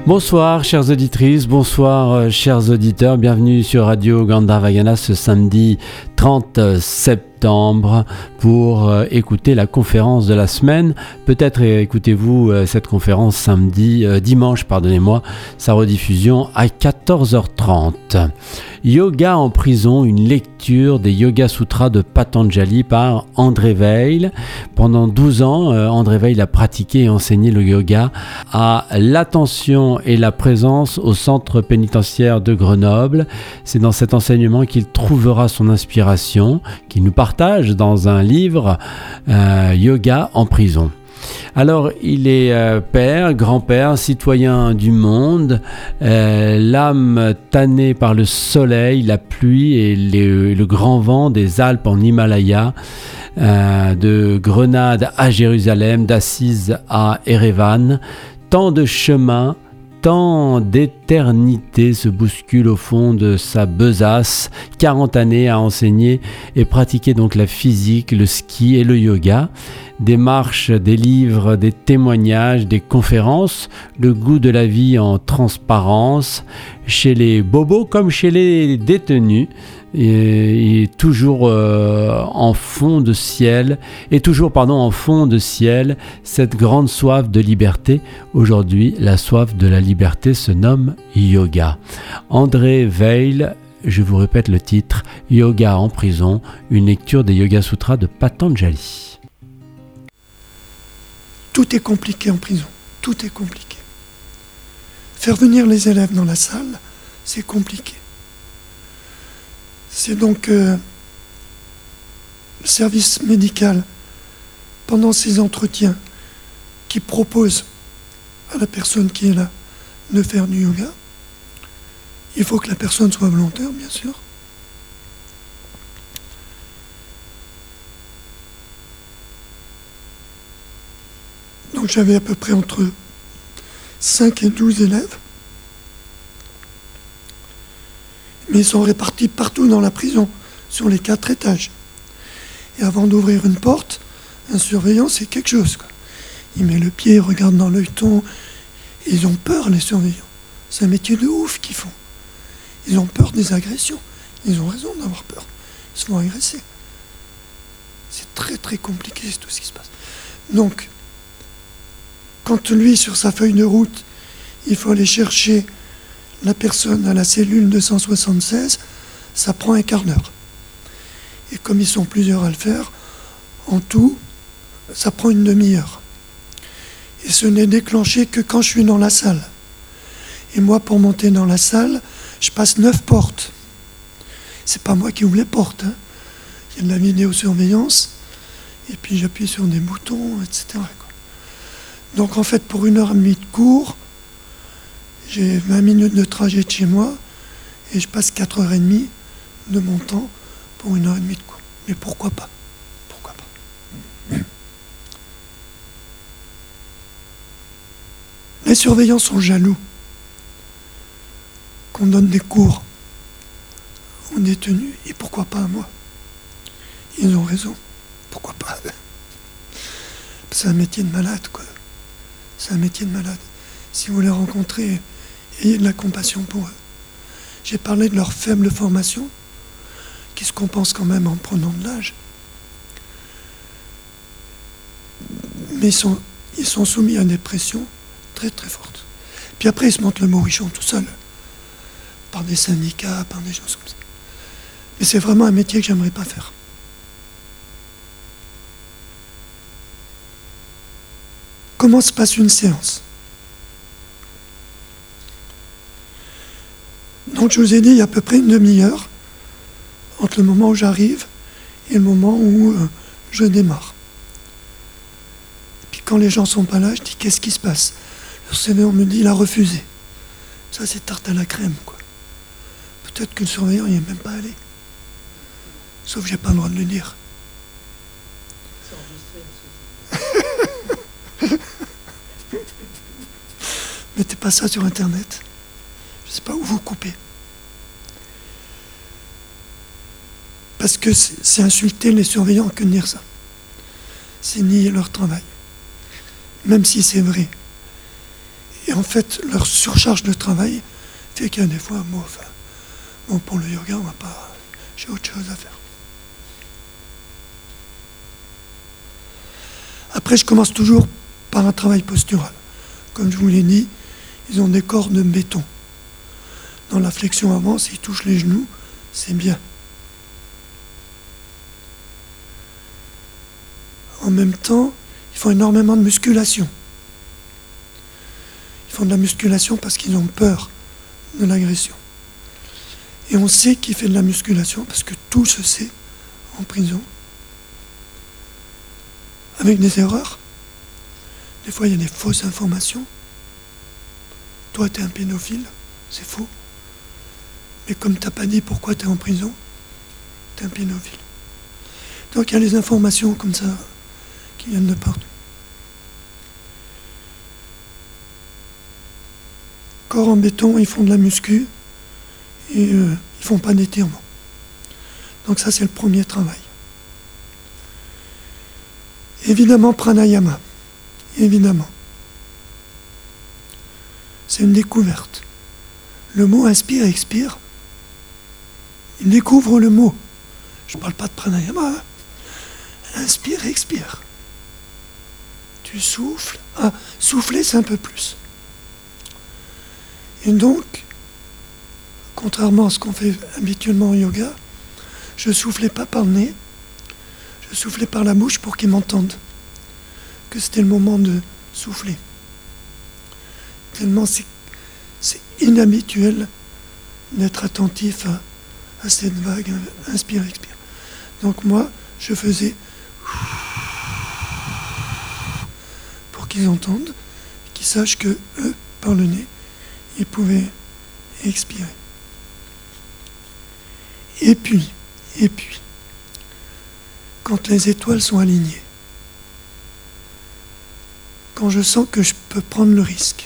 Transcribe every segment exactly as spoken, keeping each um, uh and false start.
Bonsoir chères auditrices, bonsoir euh, chers auditeurs, bienvenue sur Radio Gandharvagana ce samedi trente septembre pour euh, écouter la conférence de la semaine. Peut-être euh, écoutez-vous euh, cette conférence samedi, euh, dimanche, pardonnez-moi, sa rediffusion à quatorze heures trente. Yoga en prison, une lecture des Yoga Sutras de Patanjali par André Weil. Pendant douze ans, euh, André Weil a pratiqué et enseigné le yoga à l'attention et la présence au centre pénitentiaire de Grenoble. C'est dans cet enseignement qu'il trouvera son inspiration, qu'il nous partage dans un livre euh, Yoga en prison. Alors, il est euh, père, grand-père, citoyen du monde, euh, l'âme tannée par le soleil, la pluie et les, le grand vent des Alpes en Himalaya, euh, de Grenade à Jérusalem, d'Assise à Erevan. Tant de chemins, tant d'éternité se bouscule au fond de sa besace. quarante années à enseigner et pratiquer donc la physique, le ski et le yoga. Des marches, des livres, des témoignages, des conférences, le goût de la vie en transparence, chez les bobos comme chez les détenus, et, et toujours euh, en fond de ciel, et toujours pardon en fond de ciel, cette grande soif de liberté. Aujourd'hui, la soif de la liberté se nomme yoga. André Weil, je vous répète le titre, Yoga en prison, une lecture des Yoga Sutras de Patanjali. Tout est compliqué en prison, tout est compliqué. Faire venir les élèves dans la salle, c'est compliqué. C'est donc euh, le service médical, pendant ces entretiens, qui propose à la personne qui est là de faire du yoga. Il faut que la personne soit volontaire, bien sûr. Donc j'avais à peu près entre cinq et douze élèves. Mais ils sont répartis partout dans la prison, sur les quatre étages. Et avant d'ouvrir une porte, un surveillant, c'est quelque chose, quoi. Il met le pied, il regarde dans l'œilleton. Ils ont peur, les surveillants. C'est un métier de ouf qu'ils font. Ils ont peur des agressions. Ils ont raison d'avoir peur. Ils se font agresser. C'est très très compliqué, c'est tout ce qui se passe. Donc, quand lui, sur sa feuille de route, il faut aller chercher la personne à la cellule deux cent soixante-seize, ça prend un quart d'heure. Et comme ils sont plusieurs à le faire, en tout, ça prend une demi-heure. Et ce n'est déclenché que quand je suis dans la salle. Et moi, pour monter dans la salle, je passe neuf portes. C'est pas moi qui ouvre les portes, hein. Il y a de la vidéosurveillance, et puis j'appuie sur des boutons, et cetera, quoi. Donc en fait, pour une heure et demie de cours, j'ai vingt minutes de trajet de chez moi et je passe quatre heures trente de mon temps pour une heure et demie de cours. Mais pourquoi pas ? Pourquoi pas ? Les surveillants sont jaloux qu'on donne des cours aux détenus, et pourquoi pas à moi ? Ils ont raison. Pourquoi pas ? C'est un métier de malade, quoi. C'est un métier de malade. Si vous les rencontrez, ayez de la compassion pour eux. J'ai parlé de leur faible formation, qui se compense quand même en prenant de l'âge. Mais ils sont, ils sont soumis à des pressions très très fortes. Puis après, ils se montent le morichon tout seuls, par des syndicats, par des choses comme ça. Mais c'est vraiment un métier que j'aimerais pas faire. Comment se passe une séance ? Donc je vous ai dit, il y a à peu près une demi-heure entre le moment où j'arrive et le moment où euh, je démarre. Et puis quand les gens sont pas là, je dis, qu'est-ce qui se passe ? Le surveillant me dit, il a refusé. Ça, c'est tarte à la crème, quoi. Peut-être que le surveillant n'y est même pas allé. Sauf que j'ai pas le droit de le dire. Mettez pas ça sur Internet. Je ne sais pas où vous coupez. Parce que c'est, c'est insulter les surveillants que de dire ça. C'est nier leur travail. Même si c'est vrai. Et en fait, leur surcharge de travail fait qu'il y a des fois, moi, enfin, bon, pour le yoga, on va pas, j'ai autre chose à faire. Après, je commence toujours par un travail postural. Comme je vous l'ai dit, ils ont des corps de béton. Dans la flexion avant, s'ils touchent les genoux, c'est bien. En même temps, ils font énormément de musculation. Ils font de la musculation parce qu'ils ont peur de l'agression. Et on sait qu'il fait de la musculation parce que tout se sait en prison. Avec des erreurs. Des fois, il y a des fausses informations. Toi, tu es un pédophile, c'est faux. Mais comme tu n'as pas dit pourquoi tu es en prison, tu es un pédophile. Donc, il y a des informations comme ça qui viennent de partout. Corps en béton, ils font de la muscu et euh, ils font pas d'étirement. Donc ça, c'est le premier travail. Évidemment, pranayama. Évidemment. C'est une découverte. Le mot inspire et expire. Il découvre le mot. Je ne parle pas de pranayama. Hein. Inspire et expire. Tu souffles. Ah, souffler, c'est un peu plus. Et donc, contrairement à ce qu'on fait habituellement au yoga, je ne soufflais pas par le nez, je soufflais par la bouche pour qu'ils m'entendent que c'était le moment de souffler. Tellement c'est, c'est inhabituel d'être attentif à, à cette vague, inspire, expire. Donc moi, je faisais pour qu'ils entendent, qu'ils sachent que eux, par le nez, ils pouvaient expirer. Et puis, et puis, quand les étoiles sont alignées, quand je sens que je peux prendre le risque,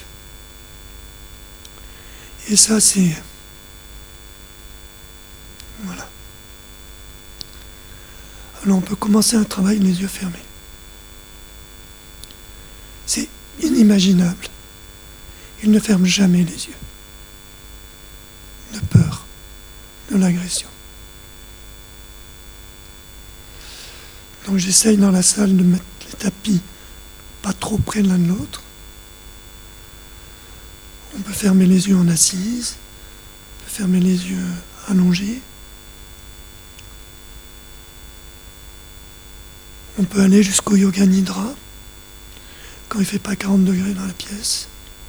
et ça c'est... Voilà. Alors on peut commencer un travail les yeux fermés. C'est inimaginable. Il ne ferme jamais les yeux. De peur de l'agression. Donc j'essaye dans la salle de mettre les tapis pas trop près l'un de l'autre. On peut fermer les yeux en assise, on peut fermer les yeux allongés. On peut aller jusqu'au yoga nidra, quand il ne fait pas quarante degrés dans la pièce.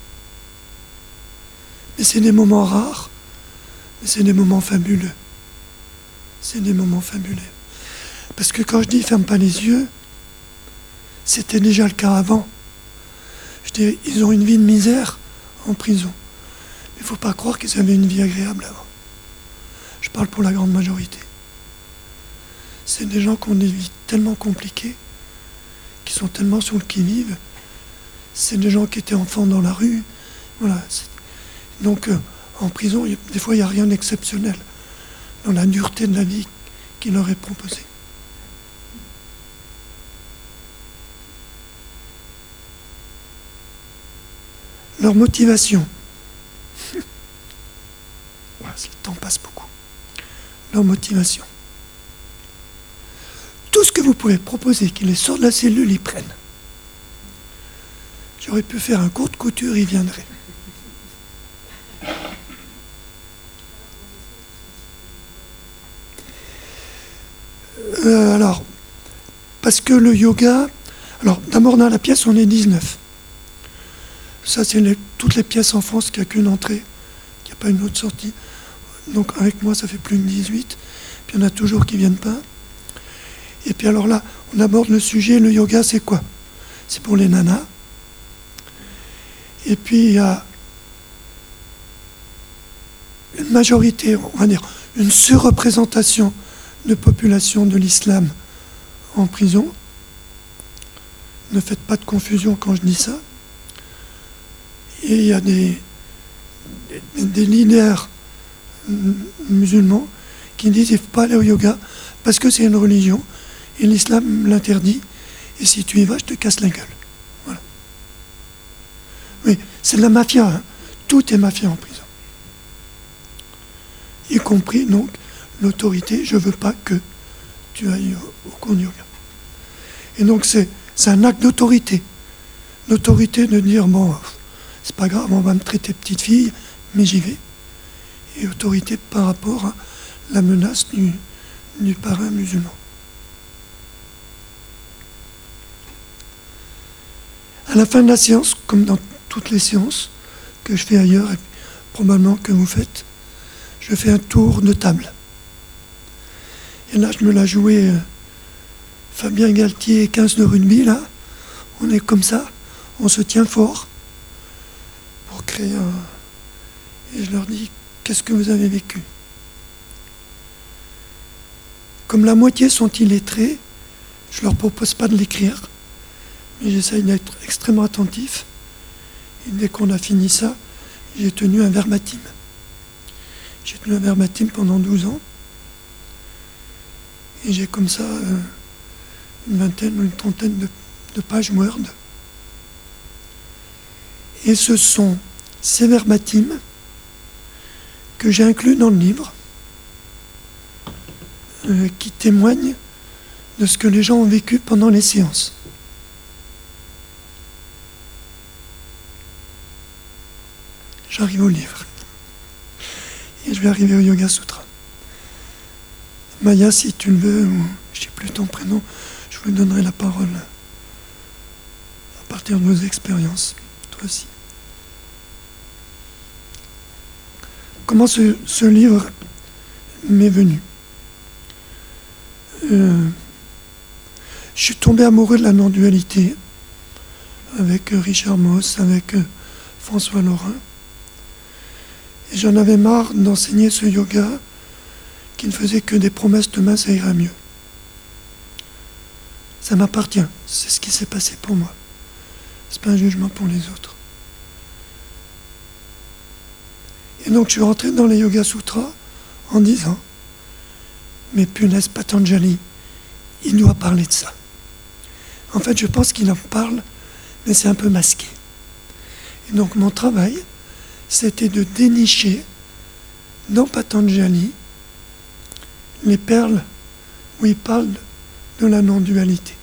Mais c'est des moments rares, mais c'est des moments fabuleux. C'est des moments fabuleux. Parce que quand je dis « ferme pas les yeux », c'était déjà le cas avant. Je dis, ils ont une vie de misère en prison. Mais il ne faut pas croire qu'ils avaient une vie agréable avant. Je parle pour la grande majorité. C'est des gens qui ont des vies tellement compliquées, qui sont tellement sur le qui-vive. C'est des gens qui étaient enfants dans la rue. Voilà. Donc, euh, en prison, y a, des fois, il n'y a rien d'exceptionnel dans la dureté de la vie qui leur est proposée. Leur motivation. Voilà, le temps passe beaucoup. Leur motivation. Tout ce que vous pouvez proposer qu'ils les sortent de la cellule, ils prennent. J'aurais pu faire un court de couture, ils viendraient. Euh, alors, parce que le yoga... Alors, d'abord, dans la pièce, on est dix-neuf. Ça, c'est les, toutes les pièces en France qui n'ont qu'une entrée, qui n'a pas une autre sortie. Donc, avec moi, ça fait plus de dix-huit. Puis, il y en a toujours qui ne viennent pas. Et puis, alors là, on aborde le sujet, le yoga, c'est quoi? C'est pour les nanas. Et puis, il y a une majorité, on va dire, une surreprésentation de population de l'islam en prison. Ne faites pas de confusion quand je dis ça. Et il y a des, des, des leaders musulmans qui disent qu'il ne faut pas aller au yoga parce que c'est une religion et l'islam l'interdit et si tu y vas, je te casse la gueule. Voilà. Oui, c'est de la mafia, hein. Tout est mafia en prison. Y compris donc l'autorité, je ne veux pas que tu ailles au, au cours de yoga. Et donc c'est, c'est un acte d'autorité. L'autorité de dire, bon, c'est pas grave, on va me traiter petite fille, mais j'y vais. Et autorité par rapport à la menace du, du parrain musulman. À la fin de la séance, comme dans toutes les séances que je fais ailleurs, et probablement que vous faites, je fais un tour de table. Et là, je me la jouais euh, Fabien Galtier, quinze de rugby, là. On est comme ça, on se tient fort pour créer un... Et je leur dis, qu'est-ce que vous avez vécu? Comme la moitié sont illettrés, je ne leur propose pas de l'écrire, mais j'essaye d'être extrêmement attentif. Et dès qu'on a fini ça, j'ai tenu un verbatim. J'ai tenu un verbatim pendant douze ans. Et j'ai comme ça euh, une vingtaine ou une trentaine de, de pages Word. Et ce sont ces verbatims que j'ai inclus dans le livre, euh, qui témoignent de ce que les gens ont vécu pendant les séances. J'arrive au livre. Et je vais arriver au Yoga Sutra. Maya, si tu le veux, ou je ne sais plus ton prénom, je vous donnerai la parole à partir de vos expériences, toi aussi. Comment ce, ce livre m'est venu? euh, Je suis tombé amoureux de la non-dualité avec Richard Moss, avec François Lorrain. Et j'en avais marre d'enseigner ce yoga qui ne faisait que des promesses, demain ça ira mieux. Ça m'appartient, c'est ce qui s'est passé pour moi. C'est pas un jugement pour les autres. Et donc je suis rentré dans les Yoga Sutras en disant, mais punaise, Patanjali, il doit parler de ça. En fait, je pense qu'il en parle, mais c'est un peu masqué. Et donc mon travail, c'était de dénicher dans Patanjali les perles où il parle de la non-dualité.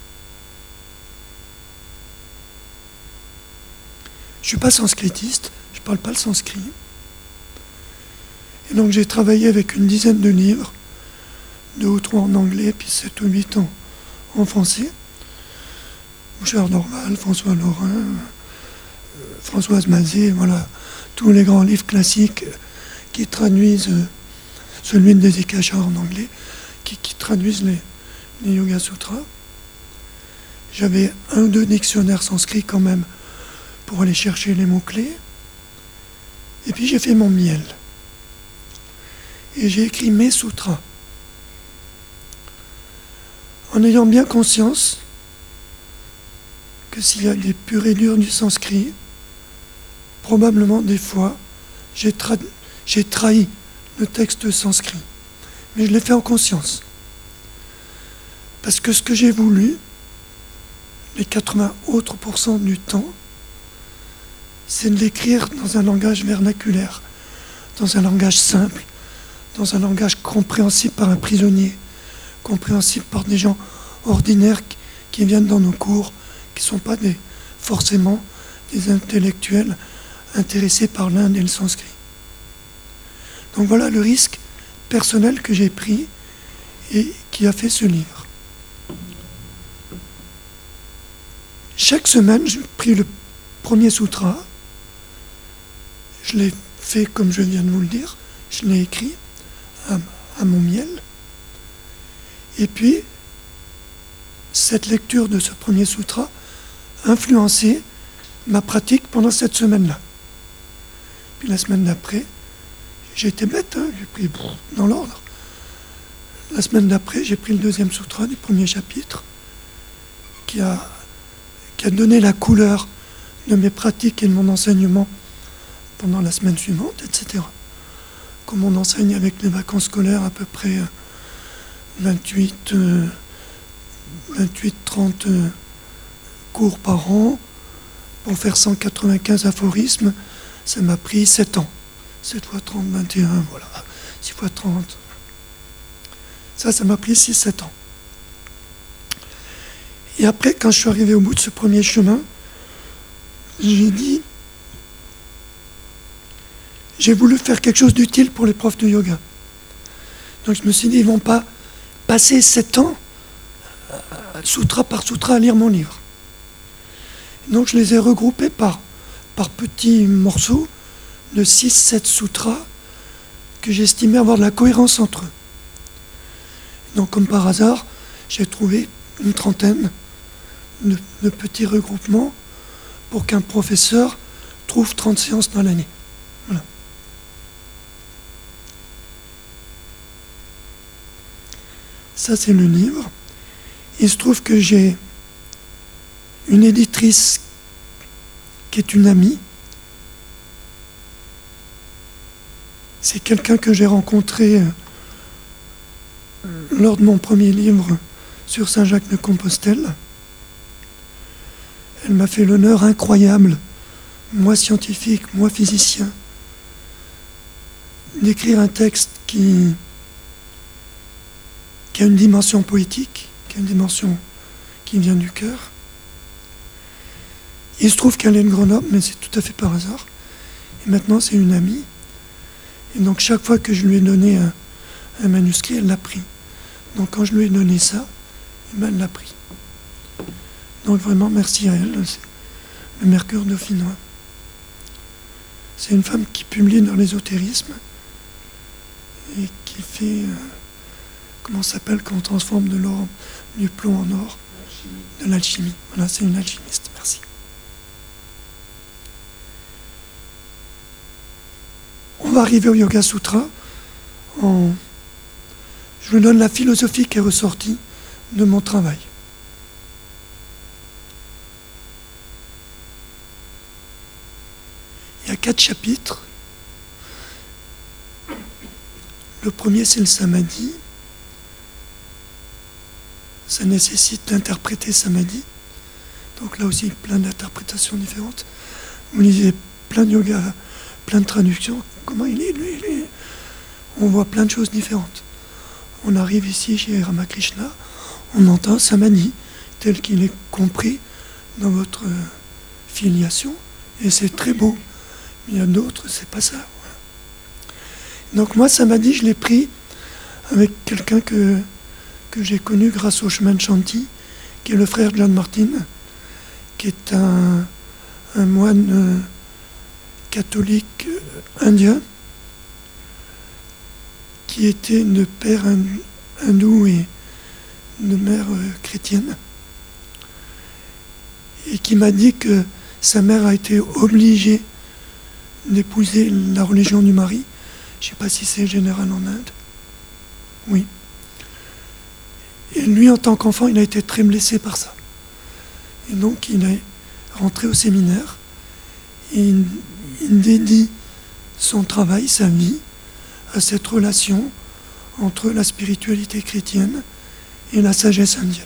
Je ne suis pas sanskritiste, je ne parle pas le sanskrit. Et donc j'ai travaillé avec une dizaine de livres, deux ou trois en anglais, puis sept ou huit en, en français. Bouchard Dorval, François Lorrain, euh, Françoise Mazet, voilà, tous les grands livres classiques qui traduisent, euh, celui de Desikachar en anglais, qui, qui traduisent les, les Yoga Sutras. J'avais un ou deux dictionnaires sanskrits quand même pour aller chercher les mots-clés. Et puis j'ai fait mon miel. Et j'ai écrit mes sutras. En ayant bien conscience que s'il y a des purs et durs du sanskrit, probablement des fois, j'ai, tra- j'ai trahi le texte sanskrit. Mais je l'ai fait en conscience. Parce que ce que j'ai voulu, les quatre-vingts autres pourcents du temps, c'est de l'écrire dans un langage vernaculaire, dans un langage simple, dans un langage compréhensible par un prisonnier, compréhensible par des gens ordinaires qui, qui viennent dans nos cours, qui ne sont pas des, forcément des intellectuels intéressés par l'Inde et le sanskrit. Donc voilà le risque personnel que j'ai pris et qui a fait ce livre. Chaque semaine, j'ai pris le premier sutra, je l'ai fait comme je viens de vous le dire, je l'ai écrit à, à mon miel. Et puis, cette lecture de ce premier sutra a influencé ma pratique pendant cette semaine-là. Puis la semaine d'après, j'ai été bête, hein, j'ai pris brrr, dans l'ordre. La semaine d'après, j'ai pris le deuxième sutra du premier chapitre, qui a, qui a donné la couleur de mes pratiques et de mon enseignement pendant la semaine suivante, et cetera. Comme on enseigne avec les vacances scolaires à peu près vingt-huit, trente cours par an, Pour faire cent quatre-vingt-quinze aphorismes, ça m'a pris sept ans. sept fois trente, vingt et un, voilà. six fois trente. Ça, ça m'a pris six sept ans. Et après, quand je suis arrivé au bout de ce premier chemin, j'ai dit, j'ai voulu faire quelque chose d'utile pour les profs de yoga. Donc je me suis dit, ils ne vont pas passer sept ans, sutra par sutra, à lire mon livre. Donc je les ai regroupés par, par petits morceaux de six sept sutras que j'estimais avoir de la cohérence entre eux. Donc comme par hasard, j'ai trouvé une trentaine de, de petits regroupements pour qu'un professeur trouve trente séances dans l'année. Voilà. Ça, c'est le livre. Il se trouve que j'ai une éditrice qui est une amie. C'est quelqu'un que j'ai rencontré lors de mon premier livre sur Saint-Jacques de Compostelle. Elle m'a fait l'honneur incroyable, moi scientifique, moi physicien, d'écrire un texte qui, qui a une dimension poétique, qui a une dimension qui vient du cœur. Il se trouve qu'elle est de Grenoble, mais c'est tout à fait par hasard. Et maintenant, c'est une amie. Et donc, chaque fois que je lui ai donné un, un manuscrit, elle l'a pris. Donc, quand je lui ai donné ça, eh ben, elle l'a pris. Donc, vraiment, merci à elle. C'est le Mercure dauphinois. C'est une femme qui publie dans l'ésotérisme et qui fait... Euh, comment ça s'appelle quand on transforme de l'or, du plomb en or? De l'alchimie. Voilà, c'est une alchimiste. Merci. On va arriver au Yoga Sutra. En... Je vous donne la philosophie qui est ressortie de mon travail. Il y a quatre chapitres. Le premier, c'est le samadhi. Ça nécessite d'interpréter samadhi. Donc là aussi, plein d'interprétations différentes. Vous lisez plein de yoga, plein de traductions. Comment il est, lui, lui On voit plein de choses différentes. On arrive ici chez Ramakrishna, on entend samadhi, tel qu'il est compris dans votre filiation, et c'est très beau. Mais il y a d'autres, c'est pas ça. Voilà. Donc moi, samadhi, je l'ai pris avec quelqu'un que, que j'ai connu grâce au chemin de Shanti, qui est le frère John Martin, qui est un, un moine euh, catholique euh, indien, qui était de père hindou et de mère euh, chrétienne, et qui m'a dit que sa mère a été obligée d'épouser la religion du mari. Je ne sais pas si c'est général en Inde. Oui. Et lui, en tant qu'enfant, il a été très blessé par ça. Et donc, il est rentré au séminaire, et il, il dédie son travail, sa vie, à cette relation entre la spiritualité chrétienne et la sagesse indienne.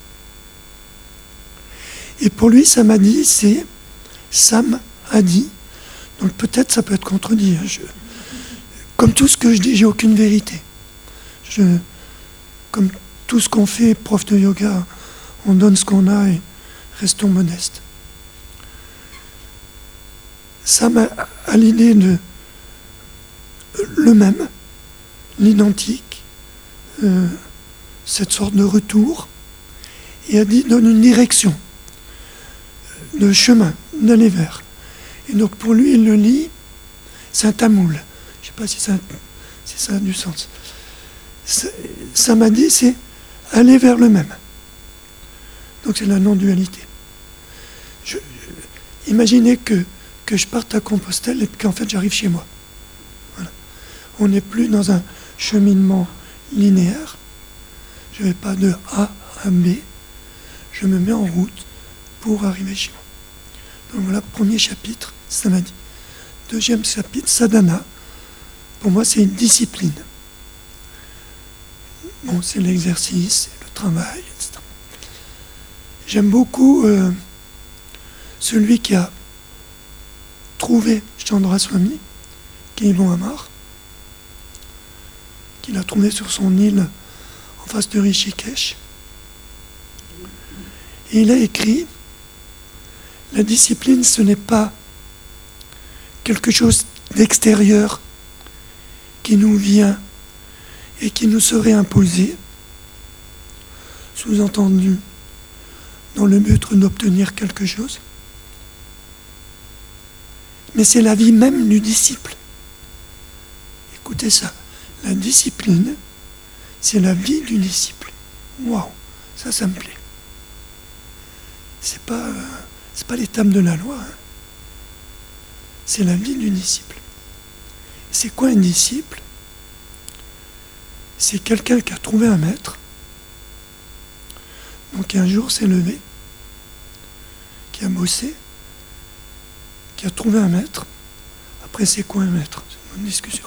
Et pour lui, samadhi, c'est Sam a dit. Donc peut-être ça peut être contredit. Hein. Je, comme tout ce que je dis, j'ai aucune vérité. Je, comme tout ce qu'on fait, prof de yoga, on donne ce qu'on a et restons modestes. Sam a, a l'idée de le même, l'identique, euh, cette sorte de retour, et a dit donne une direction, de chemin, d'aller vers. Et donc pour lui, il le lit, c'est un tamoul. Je ne sais pas si ça, si ça a du sens. Ça m'a dit, c'est aller vers le même. Donc c'est la non-dualité. Je, je, imaginez que, que je parte à Compostelle et qu'en fait j'arrive chez moi. Voilà. On n'est plus dans un cheminement linéaire. Je ne vais pas de A à B. Je me mets en route pour arriver chez moi. Donc voilà, premier chapitre, samadhi. Deuxième chapitre, sadhana. Pour moi, c'est une discipline. Bon, c'est l'exercice, c'est le travail, et cetera. J'aime beaucoup euh, celui qui a trouvé Chandraswami, qui est Mohamar, qu'il a trouvé sur son île en face de Rishikesh. Et il a écrit, la discipline, ce n'est pas quelque chose d'extérieur qui nous vient et qui nous serait imposé, sous-entendu, dans le but d'obtenir quelque chose, mais c'est la vie même du disciple. Écoutez ça, la discipline, c'est la vie du disciple. Waouh, ça, ça me plaît. C'est pas, euh, c'est pas les termes de la loi, hein. C'est la vie du disciple. C'est quoi un disciple? C'est quelqu'un qui a trouvé un maître, donc qui un jour s'est levé, qui a bossé, qui a trouvé un maître. Après, c'est quoi un maître? C'est une discussion.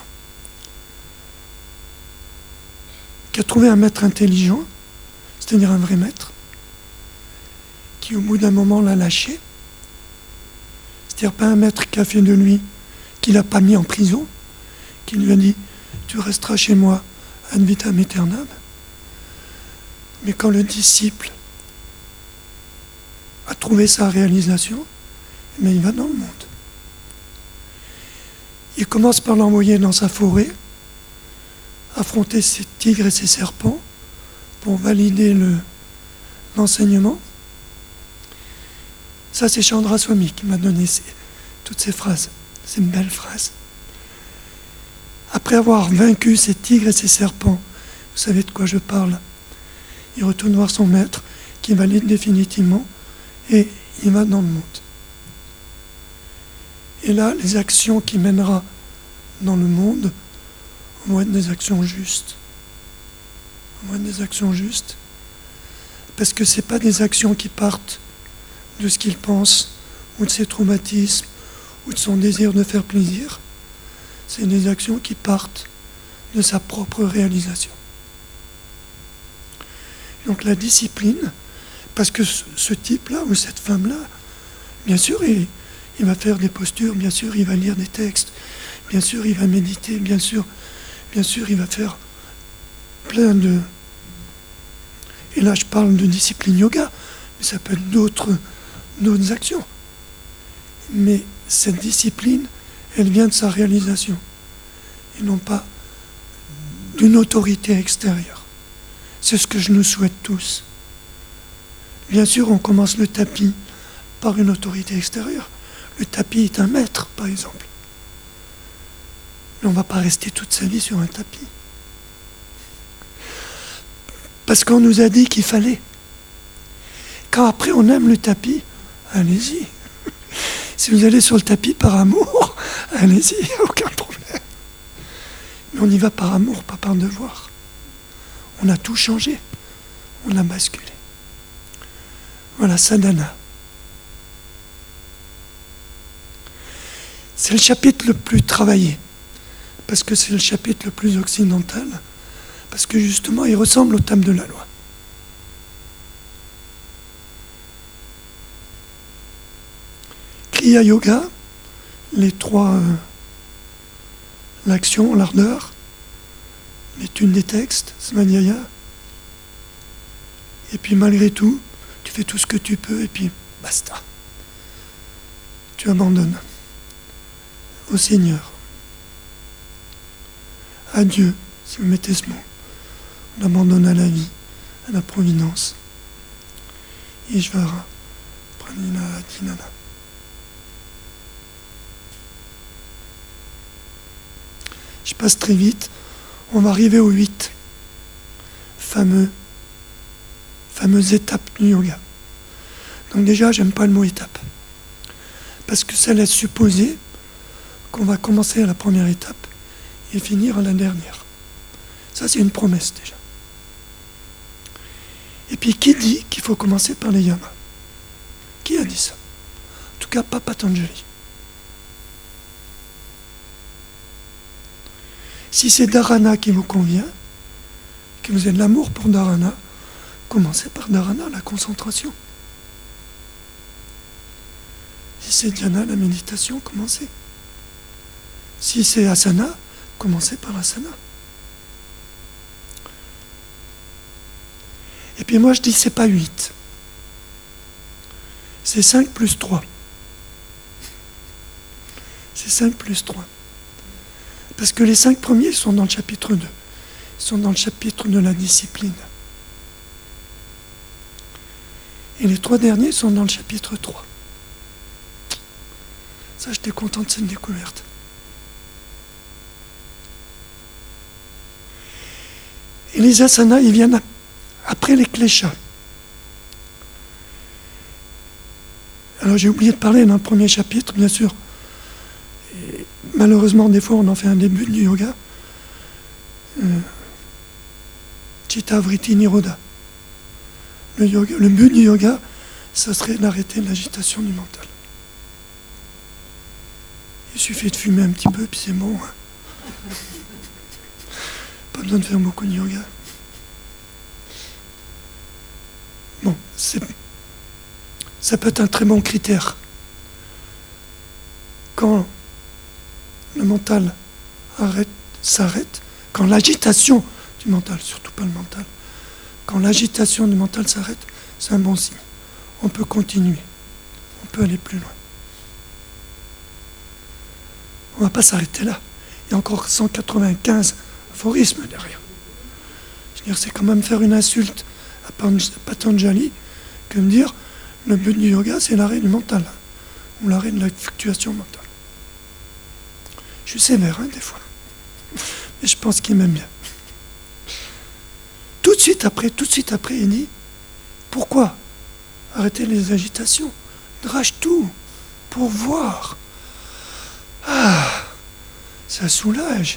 Qui a trouvé un maître intelligent, c'est-à-dire un vrai maître, qui au bout d'un moment l'a lâché, c'est-à-dire pas un maître qui a fait de lui, qui l'a pas mis en prison, qui lui a dit « tu resteras chez moi ad vitam aeternam », mais quand le disciple a trouvé sa réalisation, mais il va dans le monde. Il commence par l'envoyer dans sa forêt, affronter ses tigres et ses serpents pour valider le, l'enseignement. Ça, c'est Chandraswami qui m'a donné ces, toutes ces phrases, ces belles phrases. Après avoir vaincu ces tigres et ces serpents, vous savez de quoi je parle, il retourne voir son maître qui valide définitivement et il va dans le monde. Et là, les actions qu'il mènera dans le monde vont être des actions justes. Vont être des actions justes. Parce que ce n'est pas des actions qui partent de ce qu'il pense, ou de ses traumatismes, ou de son désir de faire plaisir. C'est des actions qui partent de sa propre réalisation. Donc la discipline, parce que ce, ce type-là, ou cette femme-là, bien sûr, il, il va faire des postures, bien sûr, il va lire des textes, bien sûr, il va méditer, bien sûr, bien sûr, il va faire plein de... Et là, je parle de discipline yoga, mais ça peut être d'autres, d'autres actions. Mais cette discipline, elle vient de sa réalisation, et non pas d'une autorité extérieure. C'est ce que je nous souhaite tous. Bien sûr, on commence le tapis par une autorité extérieure. Le tapis est un maître, par exemple. Mais on ne va pas rester toute sa vie sur un tapis. Parce qu'on nous a dit qu'il fallait. Quand après on aime le tapis, allez-y. Si vous allez sur le tapis par amour, allez-y, il n'y a aucun problème. Mais on y va par amour, pas par devoir. On a tout changé. On a basculé. Voilà, sadhana. C'est le chapitre le plus travaillé, parce que c'est le chapitre le plus occidental, parce que justement, il ressemble au thème de la loi. Kriya Yoga, les trois, euh, l'action, l'ardeur, l'étude des textes, Svadhyaya, et puis malgré tout, tu fais tout ce que tu peux, et puis basta. Tu abandonnes au Seigneur, à Dieu, si vous mettez ce mot. On abandonne à la vie, à la providence. Ishvara, Pranina, Dinana. Je passe très vite. On va arriver au huit. Fameux, fameuse étape du yoga. Donc déjà, j'aime pas le mot étape. Parce que ça laisse supposer qu'on va commencer à la première étape et finir à la dernière. Ça, c'est une promesse déjà. Et puis, qui dit qu'il faut commencer par les yamas? Qui a dit ça? En tout cas, pas Patanjali. Si c'est Dharana qui vous convient, que vous avez de l'amour pour Dharana, commencez par Dharana, la concentration. Si c'est dhyana, la méditation, commencez. Si c'est asana, commencez par l'asana. Et puis moi je dis c'est pas huit. C'est cinq plus trois. C'est cinq plus trois. Parce que les cinq premiers sont dans le chapitre deux. Ils sont dans le chapitre de la discipline. Et les trois derniers sont dans le chapitre trois. Ça, j'étais content de cette découverte. Et les asanas, ils viennent après les kleshas. Alors j'ai oublié de parler dans le premier chapitre, bien sûr. Et malheureusement, des fois, on en fait un début du yoga. Euh, Chitta Vritti Nirodha. Le, yoga, le but du yoga, ça serait d'arrêter l'agitation du mental. Il suffit de fumer un petit peu, puis c'est bon. Hein. Pas besoin de faire beaucoup de yoga. Bon, c'est, ça peut être un très bon critère. Quand le mental arrête, s'arrête, quand l'agitation du mental, surtout pas le mental, quand l'agitation du mental s'arrête, c'est un bon signe. On peut continuer. On peut aller plus loin. On ne va pas s'arrêter là. Il y a encore cent quatre-vingt-quinze aphorismes derrière. Je veux dire, c'est quand même faire une insulte à Patanjali que me dire le but du yoga, c'est l'arrêt du mental, ou l'arrêt de la fluctuation mentale. Je suis sévère, hein, des fois. Mais je pense qu'il m'aime bien. Tout de suite après, tout de suite après, il dit pourquoi arrêter les agitations? Drache tout pour voir. Ah, ça soulage.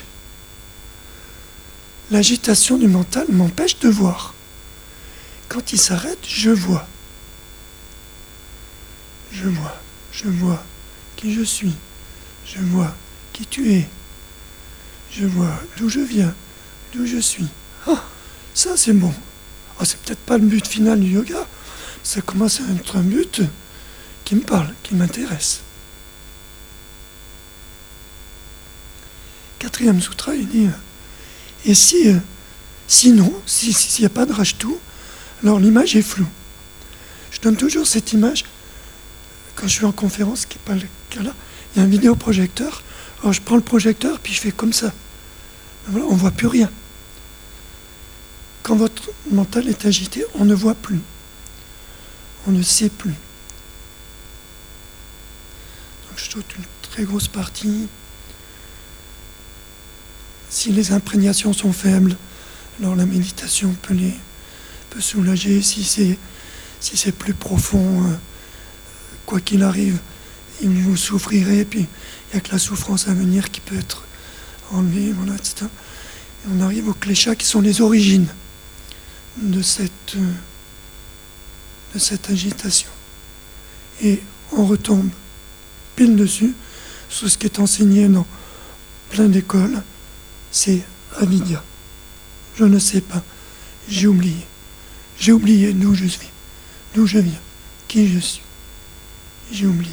L'agitation du mental m'empêche de voir. Quand il s'arrête, je vois. Je vois, je vois qui je suis. Je vois qui tu es. Je vois d'où je viens, d'où je suis. Ah, ça c'est bon. Ah, c'est peut-être pas le but final du yoga. Ça commence à être un but qui me parle, qui m'intéresse. Quatrième sutra, il dit, et si, euh, sinon, s'il si, n'y a pas de rajtu, alors l'image est floue. Je donne toujours cette image, quand je suis en conférence, ce qui n'est pas le cas là, il y a un vidéoprojecteur, alors je prends le projecteur, puis je fais comme ça. Voilà, on ne voit plus rien. Quand votre mental est agité, on ne voit plus. On ne sait plus. Donc je saute une très grosse partie. Si les imprégnations sont faibles, alors la méditation peut les peut soulager. Si c'est si c'est plus profond, euh, quoi qu'il arrive, vous souffrirez, puis il n'y a que la souffrance à venir qui peut être enlevée, voilà, et cetera. Et on arrive aux kleshas qui sont les origines de cette, euh, de cette agitation. Et on retombe pile dessus sur ce qui est enseigné dans plein d'écoles. C'est avidya. Je ne sais pas. J'ai oublié. J'ai oublié d'où je suis, d'où je viens, qui je suis. J'ai oublié.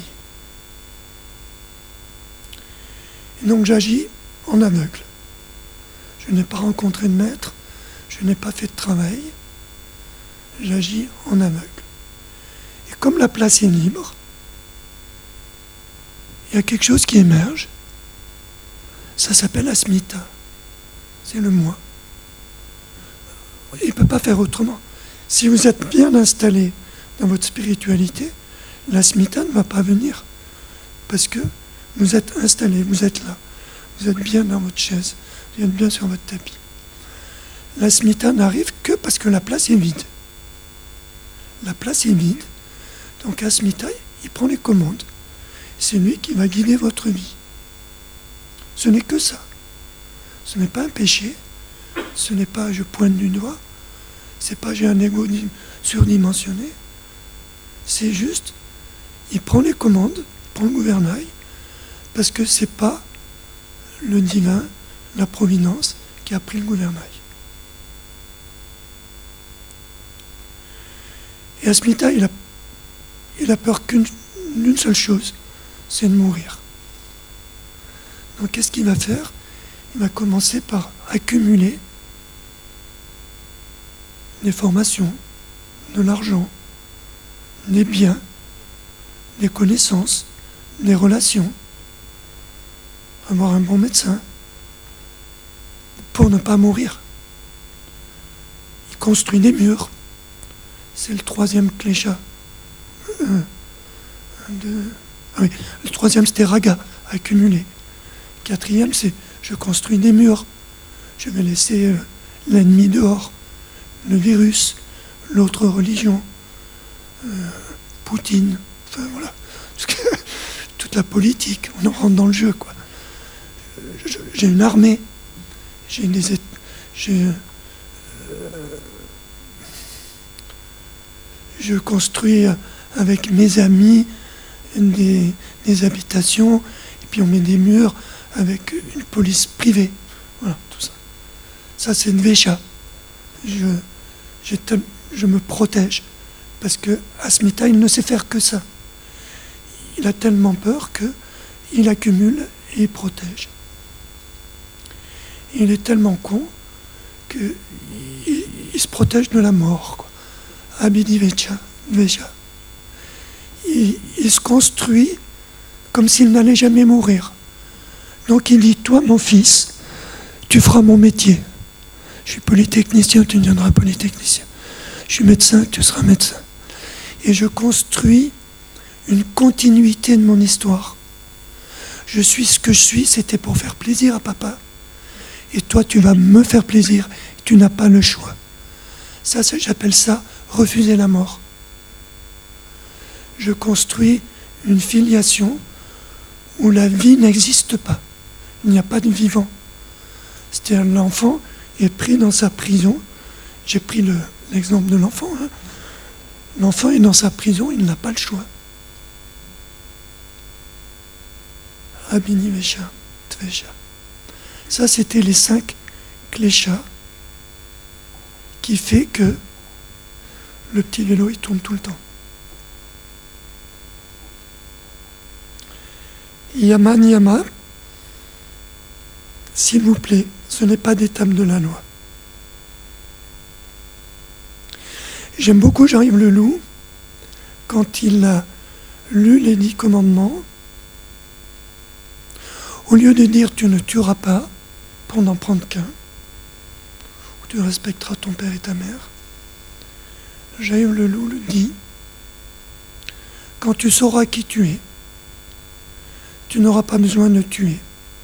Et donc j'agis en aveugle. Je n'ai pas rencontré de maître, je n'ai pas fait de travail. J'agis en aveugle. Et comme la place est libre, il y a quelque chose qui émerge. Ça s'appelle asmita. C'est le moi. Il ne peut pas faire autrement. Si vous êtes bien installé dans votre spiritualité, l'asmita ne va pas venir. Parce que vous êtes installé, vous êtes là. Vous êtes bien dans votre chaise. Vous êtes bien sur votre tapis. L'asmita n'arrive que parce que la place est vide. La place est vide. Donc asmita, il prend les commandes. C'est lui qui va guider votre vie. Ce n'est que ça. Ce n'est pas un péché, ce n'est pas je pointe du doigt, c'est pas j'ai un ego surdimensionné, c'est juste, il prend les commandes, il prend le gouvernail, parce que c'est pas le divin, la providence, qui a pris le gouvernail. Et Asmita, il a, il a peur qu'une d'une seule chose, c'est de mourir. Donc qu'est-ce qu'il va faire? Il va commencer par accumuler des formations, de l'argent, des biens, des connaissances, des relations, avoir un bon médecin, pour ne pas mourir. Il construit des murs. C'est le troisième clécha. Euh, de... ah oui, le troisième, c'était raga, accumulé. Quatrième, c'est je construis des murs. Je vais laisser euh, l'ennemi dehors, le virus, l'autre religion, euh, Poutine, enfin voilà. Toute la politique, on en rentre dans le jeu, quoi. J'ai une armée, j'ai des... J'ai, euh, je construis avec mes amis des, des habitations, et puis on met des murs avec une police privée. Voilà, tout ça. Ça, c'est une vécha. Je, j'ai tel, je me protège, parce que Asmita, il ne sait faire que ça. Il a tellement peur qu'il accumule et il protège. Il est tellement con qu'il il se protège de la mort, quoi. Abidi Vecha, Vecha. Il, il se construit comme s'il n'allait jamais mourir. Donc il dit, toi mon fils, tu feras mon métier. Je suis polytechnicien, tu deviendras polytechnicien. Je suis médecin, tu seras médecin. Et je construis une continuité de mon histoire. Je suis ce que je suis, c'était pour faire plaisir à papa. Et toi, tu vas me faire plaisir. Tu n'as pas le choix. Ça, ça, j'appelle ça refuser la mort. Je construis une filiation où la vie n'existe pas. Il n'y a pas de vivant. C'est-à-dire l'enfant est pris dans sa prison. J'ai pris le, l'exemple de l'enfant. Hein. L'enfant est dans sa prison, il n'a pas le choix. Abini Vesha, Tvesha. Ça, c'était les cinq kléchas qui fait que le petit vélo, il tourne tout le temps. Yama Niyama, s'il vous plaît, ce n'est pas des termes de la loi. J'aime beaucoup Jean-Yves Leloup, quand il a lu les dix commandements, au lieu de dire « tu ne tueras pas », pour n'en prendre qu'un, ou « tu respecteras ton père et ta mère », Jean-Yves Leloup le dit « quand tu sauras qui tu es, tu n'auras pas besoin de tuer,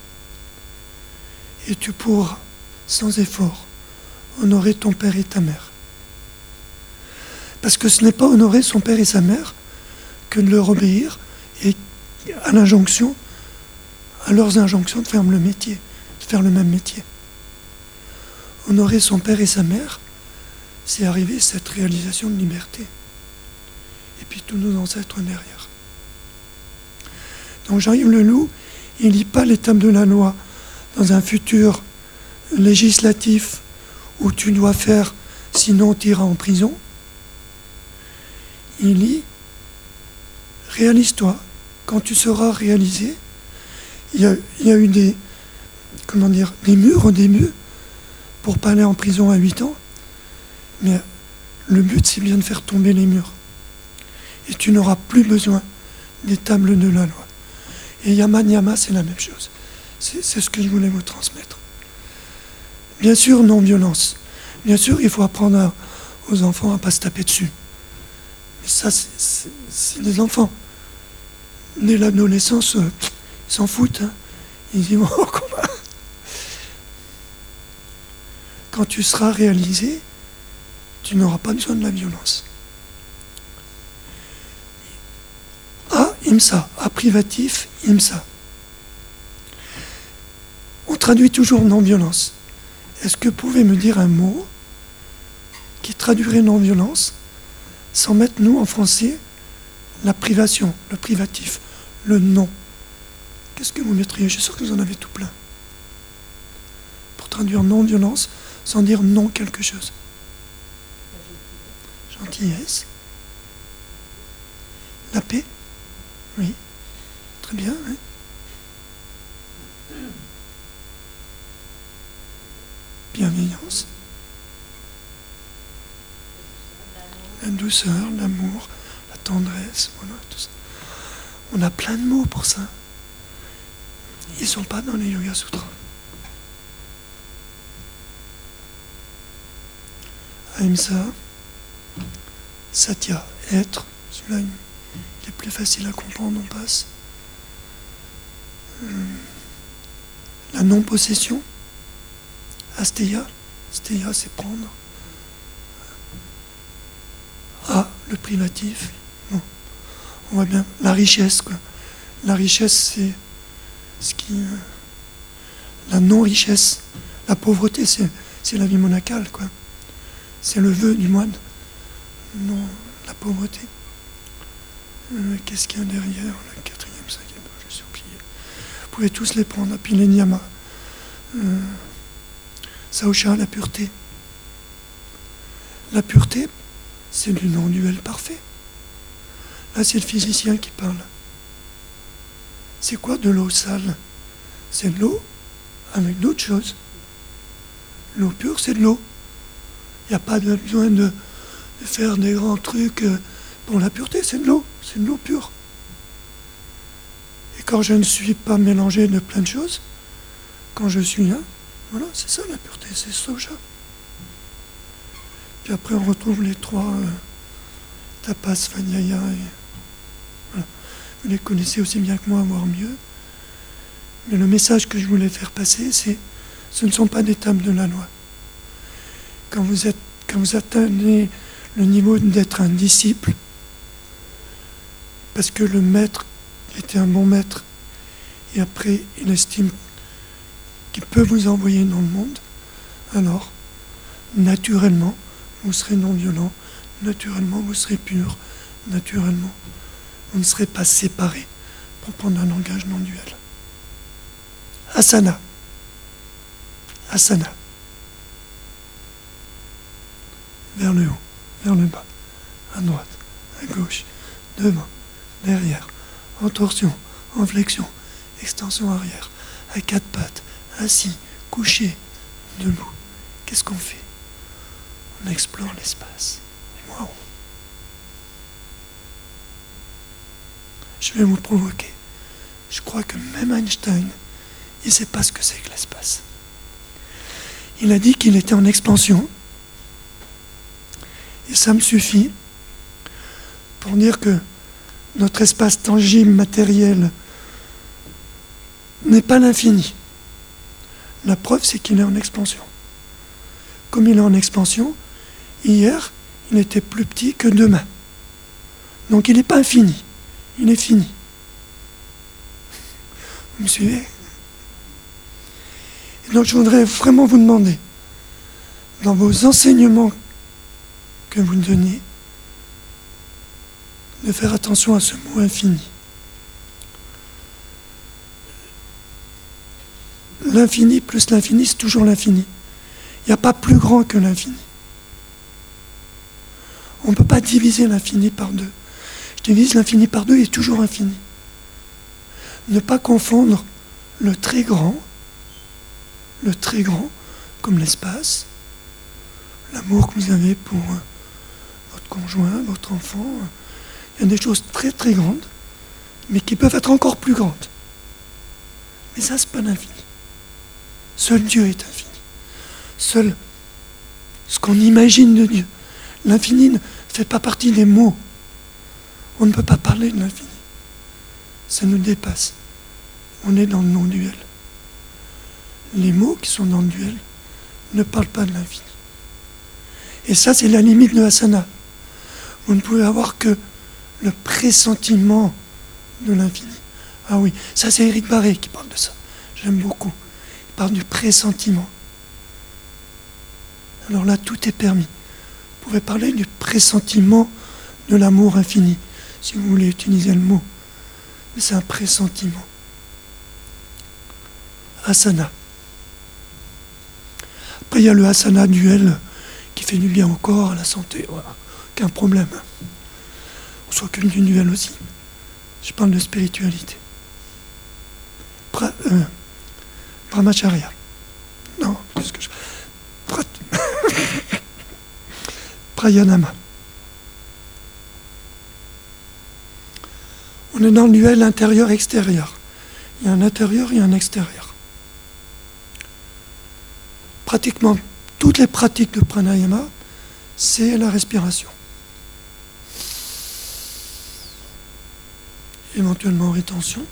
et tu pourras, sans effort, honorer ton père et ta mère. » Parce que ce n'est pas honorer son père et sa mère que de leur obéir et à l'injonction, à leurs injonctions de faire le métier, de faire le même métier. Honorer son père et sa mère, c'est arriver à cette réalisation de liberté. Et puis tous nos ancêtres derrière. Donc Jean-Yves Leloup, il ne lit pas les termes de la loi dans un futur législatif où tu dois faire, sinon tu iras en prison. Il lit, réalise-toi, quand tu seras réalisé, il y a, il y a eu des, comment dire, des murs au début pour pas aller en prison à huit ans, mais le but c'est bien de faire tomber les murs. Et tu n'auras plus besoin des tables de la loi. Et Yama Niyama, c'est la même chose. C'est, c'est ce que je voulais vous transmettre. Bien sûr, non-violence. Bien sûr, il faut apprendre à, aux enfants à ne pas se taper dessus. Mais ça, c'est, c'est, c'est des enfants. Dès l'adolescence, euh, ils s'en foutent. Hein. Ils disent, oh, comment... Quand tu seras réalisé, tu n'auras pas besoin de la violence. A, imsa. A privatif, imsa. On traduit toujours non-violence. Est-ce que vous pouvez me dire un mot qui traduirait non-violence sans mettre, nous, en français, la privation, le privatif, le non? Qu'est-ce que vous mettriez? Je suis sûr que vous en avez tout plein. Pour traduire non-violence sans dire non quelque chose. Gentillesse. La paix? Oui. Très bien, hein. Bienveillance. La douceur, l'amour, la tendresse, voilà, tout ça. On a plein de mots pour ça. Ils ne sont pas dans les Yoga Sutras. Ahimsa, Satya, être, celui-là il est plus facile à comprendre, on passe. Hum, la non-possession, Asteya, Asteya c'est prendre. Ah, le privatif, bon, on voit bien, la richesse, quoi. La richesse, c'est ce qui... Euh, la non-richesse, la pauvreté, c'est, c'est la vie monacale, quoi. C'est le vœu du moine. Non, la pauvreté. Euh, qu'est-ce qu'il y a derrière, le quatrième, cinquième, je suis oublié. Vous pouvez tous les prendre, puis les niyamas. Euh, Saosha, la pureté. La pureté, c'est du non-duel parfait. Là, c'est le physicien qui parle. C'est quoi de l'eau sale? C'est de l'eau avec d'autres choses. L'eau pure, c'est de l'eau. Il n'y a pas de besoin de, de faire des grands trucs pour la pureté, c'est de l'eau, c'est de l'eau pure. Et quand je ne suis pas mélangé de plein de choses, quand je suis un, voilà, c'est ça la pureté, c'est Soja. Puis après on retrouve les trois euh, tapas, Svadhyaya et... Voilà. Vous les connaissez aussi bien que moi, voire mieux. Mais le message que je voulais faire passer, c'est ce ne sont pas des tables de la loi. Quand vous, êtes, quand vous atteignez le niveau d'être un disciple, parce que le maître était un bon maître, et après il estime qu'il peut vous envoyer dans le monde, alors, naturellement, vous serez non-violent, naturellement, vous serez pur, naturellement, vous ne serez pas séparés, pour prendre un langage non-duel. Asana. Asana. Vers le haut, vers le bas, à droite, à gauche, devant, derrière, en torsion, en flexion, extension arrière, à quatre pattes, assis, couché, debout. Qu'est-ce qu'on fait? On explore l'espace. Waouh! Je vais vous provoquer. Je crois que même Einstein, il ne sait pas ce que c'est que l'espace. Il a dit qu'il était en expansion. Et ça me suffit pour dire que notre espace tangible, matériel, n'est pas l'infini. La preuve, c'est qu'il est en expansion. Comme il est en expansion, hier, il était plus petit que demain. Donc il n'est pas infini, il est fini. Vous me suivez? Et donc je voudrais vraiment vous demander, dans vos enseignements que vous donniez, de faire attention à ce mot infini. L'infini plus l'infini, c'est toujours l'infini. Il n'y a pas plus grand que l'infini. On ne peut pas diviser l'infini par deux. Je divise l'infini par deux, il est toujours infini. Ne pas confondre le très grand, le très grand, comme l'espace, l'amour que vous avez pour votre conjoint, votre enfant. Il y a des choses très très grandes, mais qui peuvent être encore plus grandes. Mais ça, c'est pas l'infini. Seul Dieu est infini. Seul ce qu'on imagine de Dieu. L'infini ne fait pas partie des mots. On ne peut pas parler de l'infini. Ça nous dépasse. On est dans le non-duel. Les mots qui sont dans le duel ne parlent pas de l'infini. Et ça, c'est la limite de Asana. Vous ne pouvez avoir que le pressentiment de l'infini. Ah oui, ça c'est Éric Barré qui parle de ça. J'aime beaucoup. Il parle du pressentiment. Alors là, tout est permis. Vous pouvez parler du pressentiment de l'amour infini, si vous voulez utiliser le mot. Mais c'est un pressentiment. Asana. Après, il y a le asana duel qui fait du bien au corps, à la santé. Voilà. Aucun problème. On s'occupe du duel aussi. Je parle de spiritualité. pra, euh, Brahmacharya. Non, qu'est-ce que je... Prat... Pranayama. On est dans le duel intérieur-extérieur. Il y a un intérieur et un extérieur. Pratiquement toutes les pratiques de pranayama, c'est la respiration. Éventuellement rétention.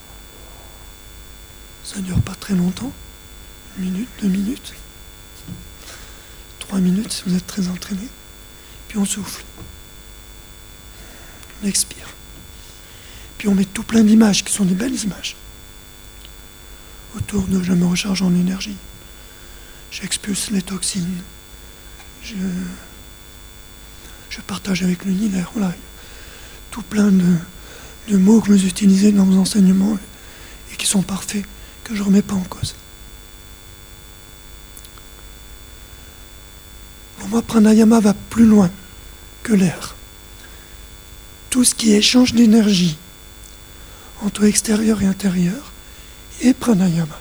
Ça ne dure pas très longtemps. Une minute, deux minutes. Trois minutes si vous êtes très entraîné. Puis on souffle. On expire. Puis on met tout plein d'images qui sont des belles images. Autour de je me recharge en énergie. J'expulse les toxines. Je, je partage avec l'univers. Voilà. Tout plein de, de mots que vous utilisez dans vos enseignements et qui sont parfaits, que je ne remets pas en cause. Pour moi, pranayama va plus loin que l'air. Tout ce qui est échange d'énergie entre extérieur et intérieur est pranayama.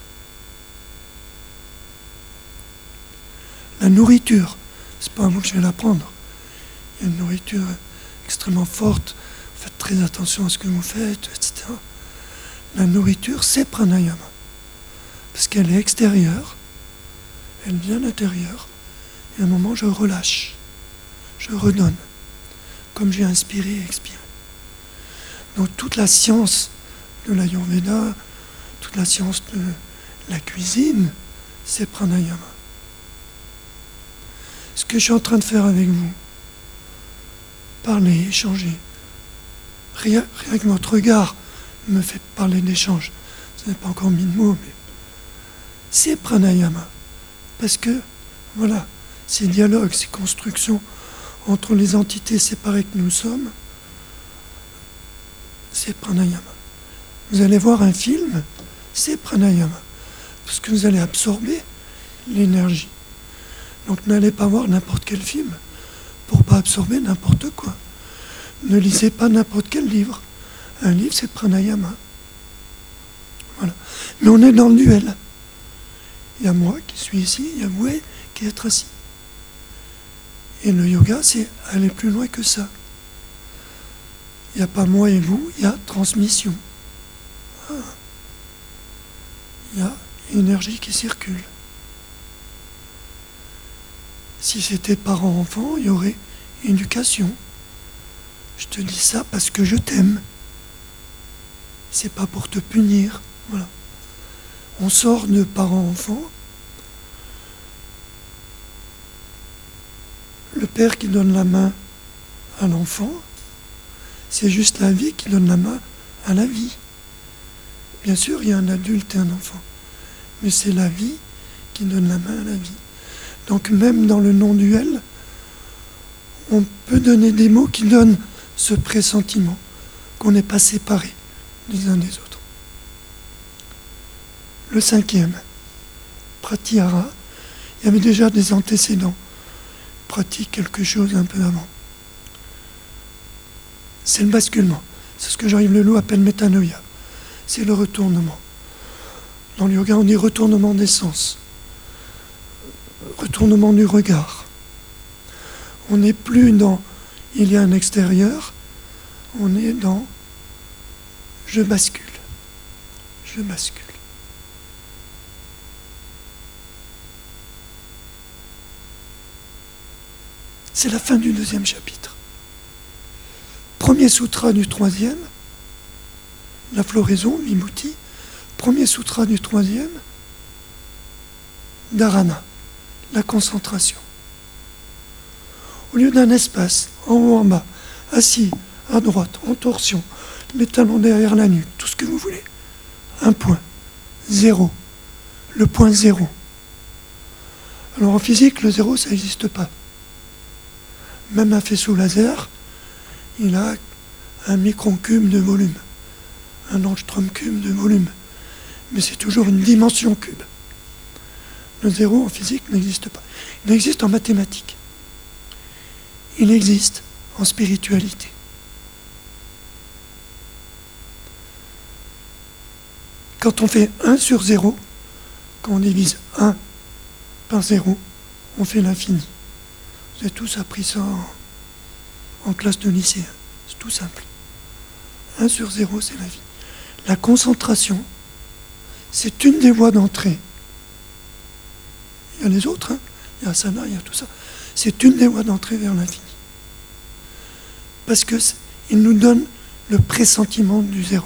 La nourriture, c'est pas à vous que je vais l'apprendre. Il y a une nourriture extrêmement forte, faites très attention à ce que vous faites, et cetera. La nourriture, c'est pranayama. Parce qu'elle est extérieure, elle vient d'intérieur, et à un moment, je relâche, je redonne, comme j'ai inspiré et expiré. Donc toute la science de l'Ayurveda, toute la science de la cuisine, c'est pranayama. Ce que je suis en train de faire avec vous, parler, échanger, rien, rien que votre regard me fait parler d'échange. Vous n'avez pas encore mis de mots, mais c'est pranayama. Parce que, voilà, ces dialogues, ces constructions entre les entités séparées que nous sommes, c'est pranayama. Vous allez voir un film, c'est pranayama. Parce que vous allez absorber l'énergie. Donc n'allez pas voir n'importe quel film pour ne pas absorber n'importe quoi. Ne lisez pas n'importe quel livre. Un livre, c'est pranayama. Voilà. Mais on est dans le duel. Il y a moi qui suis ici, il y a vous qui êtes assis. Et le yoga, c'est aller plus loin que ça. Il n'y a pas moi et vous, il y a transmission. Ah. Il y a énergie qui circule. Si c'était parent-enfant, il y aurait éducation. Je te dis ça parce que je t'aime. C'est pas pour te punir. Voilà. On sort de parent-enfant. Le père qui donne la main à l'enfant, c'est juste la vie qui donne la main à la vie. Bien sûr, il y a un adulte et un enfant. Mais c'est la vie qui donne la main à la vie. Donc même dans le non-duel, on peut donner des mots qui donnent ce pressentiment qu'on n'est pas séparés les uns des autres. Le cinquième, pratyahara, il y avait déjà des antécédents. Pratique quelque chose un peu avant. C'est le basculement. C'est ce que Jean-Yves Leloup appelle métanoïa. C'est le retournement. Dans le yoga, on dit retournement des sens. Retournement du regard. On n'est plus dans il y a un extérieur, on est dans je bascule. Je bascule. C'est la fin du deuxième chapitre. Premier sutra du troisième, la floraison, vibhuti. Premier sutra du troisième, dharana, la concentration. Au lieu d'un espace, en haut, en bas, assis, à droite, en torsion, les talons derrière la nuque, tout ce que vous voulez. Un point, zéro, le point zéro. Alors en physique, le zéro, ça n'existe pas. Même un faisceau laser, il a un micron-cube de volume, un angstrom cube de volume. Mais c'est toujours une dimension cube. Le zéro en physique n'existe pas. Il existe en mathématiques. Il existe en spiritualité. quand on fait un sur zéro, quand on divise un par zéro, on fait l'infini. Vous avez tous appris ça en, en classe de lycée. C'est tout simple. un sur zéro, c'est l'infini. La concentration, c'est une des voies d'entrée. Il y a les autres, hein. Il y a Asana, il y a tout ça. C'est une des voies d'entrée vers l'infini. Parce qu'il nous donne le pressentiment du zéro.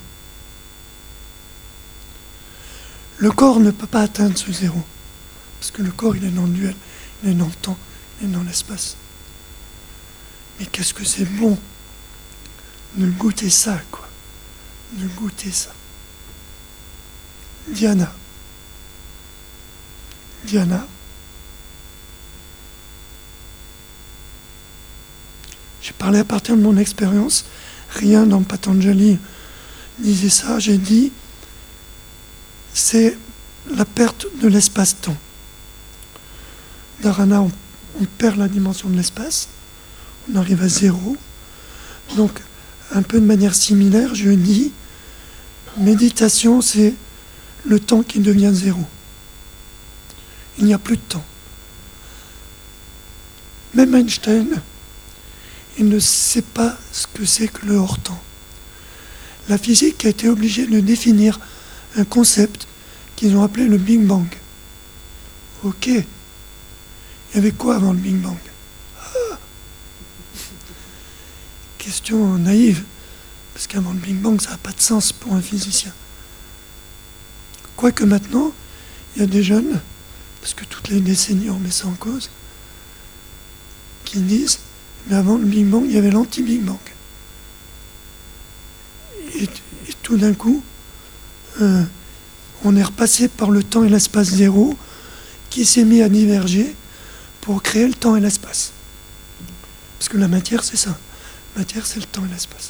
Le corps ne peut pas atteindre ce zéro. Parce que le corps, il est dans le duel, il est dans le temps, il est dans l'espace. Mais qu'est-ce que c'est bon de goûter ça, quoi. De goûter ça. Diana. Diana. J'ai parlé à partir de mon expérience. Rien dans Patanjali disait ça. J'ai dit, c'est la perte de l'espace-temps. Dharana, on, on perd la dimension de l'espace. On arrive à zéro. Donc, un peu de manière similaire, je dis, méditation, c'est le temps qui devient zéro. Il n'y a plus de temps. Même Einstein, il ne sait pas ce que c'est que le hors-temps. La physique a été obligée de définir un concept qu'ils ont appelé le Big Bang. Ok. Il y avait quoi avant le Big Bang? Ah. Question naïve, parce qu'avant le Big Bang, ça n'a pas de sens pour un physicien. Quoique maintenant, il y a des jeunes, parce que toutes les décennies on met ça en cause, qui disent, mais avant le Big Bang, il y avait l'anti-Big Bang. Et, et tout d'un coup, euh, on est repassé par le temps et l'espace zéro, qui s'est mis à diverger pour créer le temps et l'espace. Parce que la matière, c'est ça. La matière, c'est le temps et l'espace.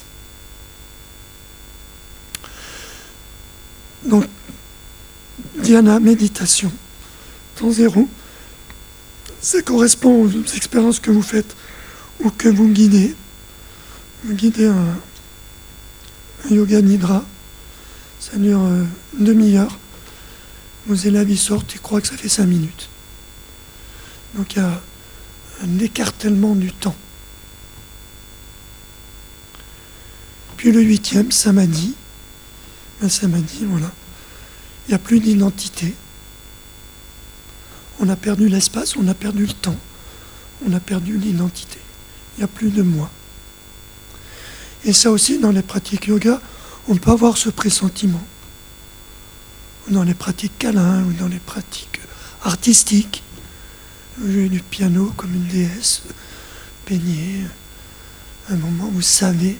Donc, Dhyana, méditation, temps zéro, ça correspond aux expériences que vous faites ou que vous guidez. Vous guidez un, un yoga nidra, ça dure euh, une demi-heure. Vos élèves y sortent et croient que ça fait cinq minutes. Donc il y a un écartèlement du temps. Puis le huitième, samadhi. Un samadhi, voilà. Il n'y a plus d'identité. On a perdu l'espace, on a perdu le temps. On a perdu l'identité. Il n'y a plus de moi. Et ça aussi, dans les pratiques yoga, on peut avoir ce pressentiment. Ou dans les pratiques câlins, ou dans les pratiques artistiques. Jouer du piano comme une déesse, peigner. Un moment, vous savez.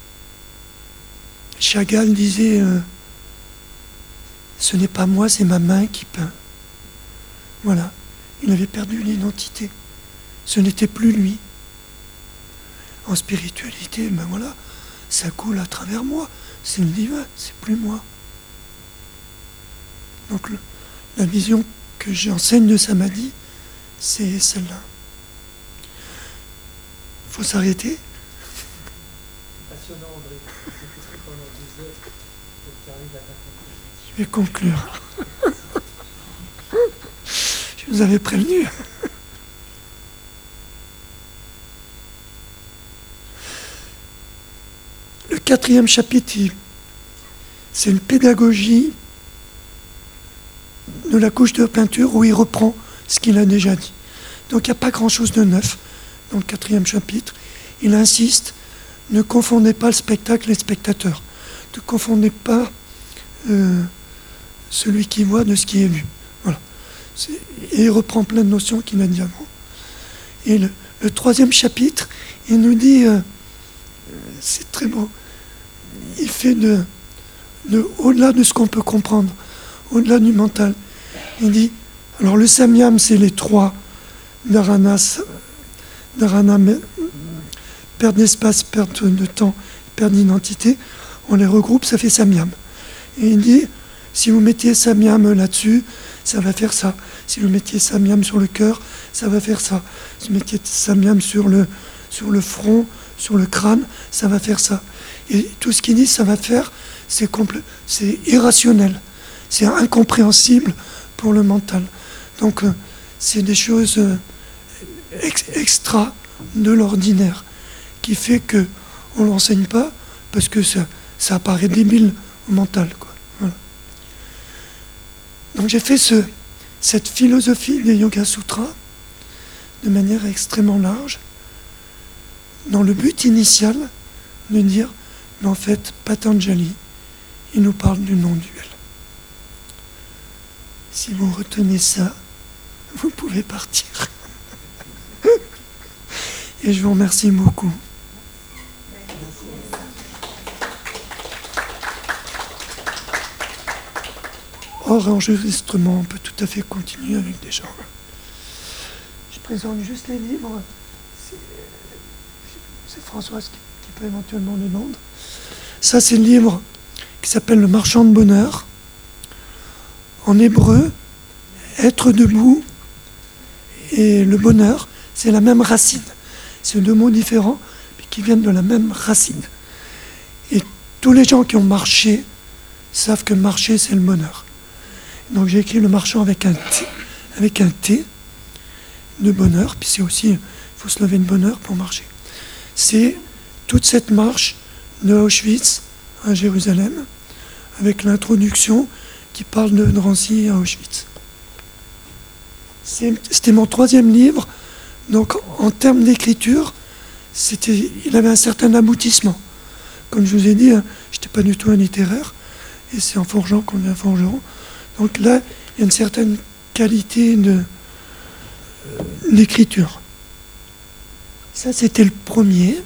Chagall disait, euh, ce n'est pas moi, c'est ma main qui peint. Voilà, il avait perdu l'identité. Ce n'était plus lui. En spiritualité, ben voilà, ça coule à travers moi. C'est le divin, c'est plus moi. Donc le, la vision que j'enseigne de Samadhi, c'est celle-là. Il faut s'arrêter. Passionnant, André. Je vais conclure. Je vous avais prévenu. Le quatrième chapitre, c'est une pédagogie de la couche de peinture où il reprend ce qu'il a déjà dit. Donc il n'y a pas grand-chose de neuf dans le quatrième chapitre. Il insiste, ne confondez pas le spectacle et le spectateur. Ne confondez pas euh, celui qui voit de ce qui est vu. Voilà. C'est, et il reprend plein de notions qu'il a dit avant. Et le, le troisième chapitre, il nous dit, euh, c'est très beau, il fait de, de, au-delà de ce qu'on peut comprendre, au-delà du mental, il dit, alors le samyam, c'est les trois, dharana, dharana, perte d'espace, perte de temps, perte d'identité, on les regroupe, ça fait samyam. Et il dit, si vous mettiez samyam là-dessus, ça va faire ça. Si vous mettiez samyam sur le cœur, ça va faire ça. Si vous mettiez samyam sur le, sur le front, sur le crâne, ça va faire ça. Et tout ce qu'il dit, ça va faire c'est, compl- c'est irrationnel, c'est incompréhensible pour le mental. Donc euh, c'est des choses euh, ex- extra de l'ordinaire qui fait que on ne l'enseigne pas parce que ça, ça apparaît débile au mental, quoi. Voilà. Donc j'ai fait ce, cette philosophie des Yoga Sutras de manière extrêmement large, dans le but initial de dire, mais en fait, Patanjali, il nous parle du non-duel. Si vous retenez ça, vous pouvez partir. Et je vous remercie beaucoup. Hors enregistrement, on peut tout à fait continuer avec des gens. Je présente juste les livres. C'est, c'est Françoise qui, qui peut éventuellement les vendre. Ça, c'est le livre qui s'appelle Le Marchand de Bonheur. En hébreu, être debout et le bonheur, c'est la même racine. C'est deux mots différents, mais qui viennent de la même racine. Et tous les gens qui ont marché savent que marcher, c'est le bonheur. Donc j'ai écrit Le Marchand avec un T, avec un T de bonheur, puis c'est aussi, il faut se lever de bonheur pour marcher. C'est toute cette marche de Auschwitz à Jérusalem, avec l'introduction qui parle de Drancy à Auschwitz. C'est, c'était mon troisième livre, donc en termes d'écriture, c'était, il avait un certain aboutissement. Comme je vous ai dit, hein, je n'étais pas du tout un littéraire, et c'est en forgeant qu'on devient forgeron. Donc là, il y a une certaine qualité de, euh, d'écriture. Ça, c'était le premier.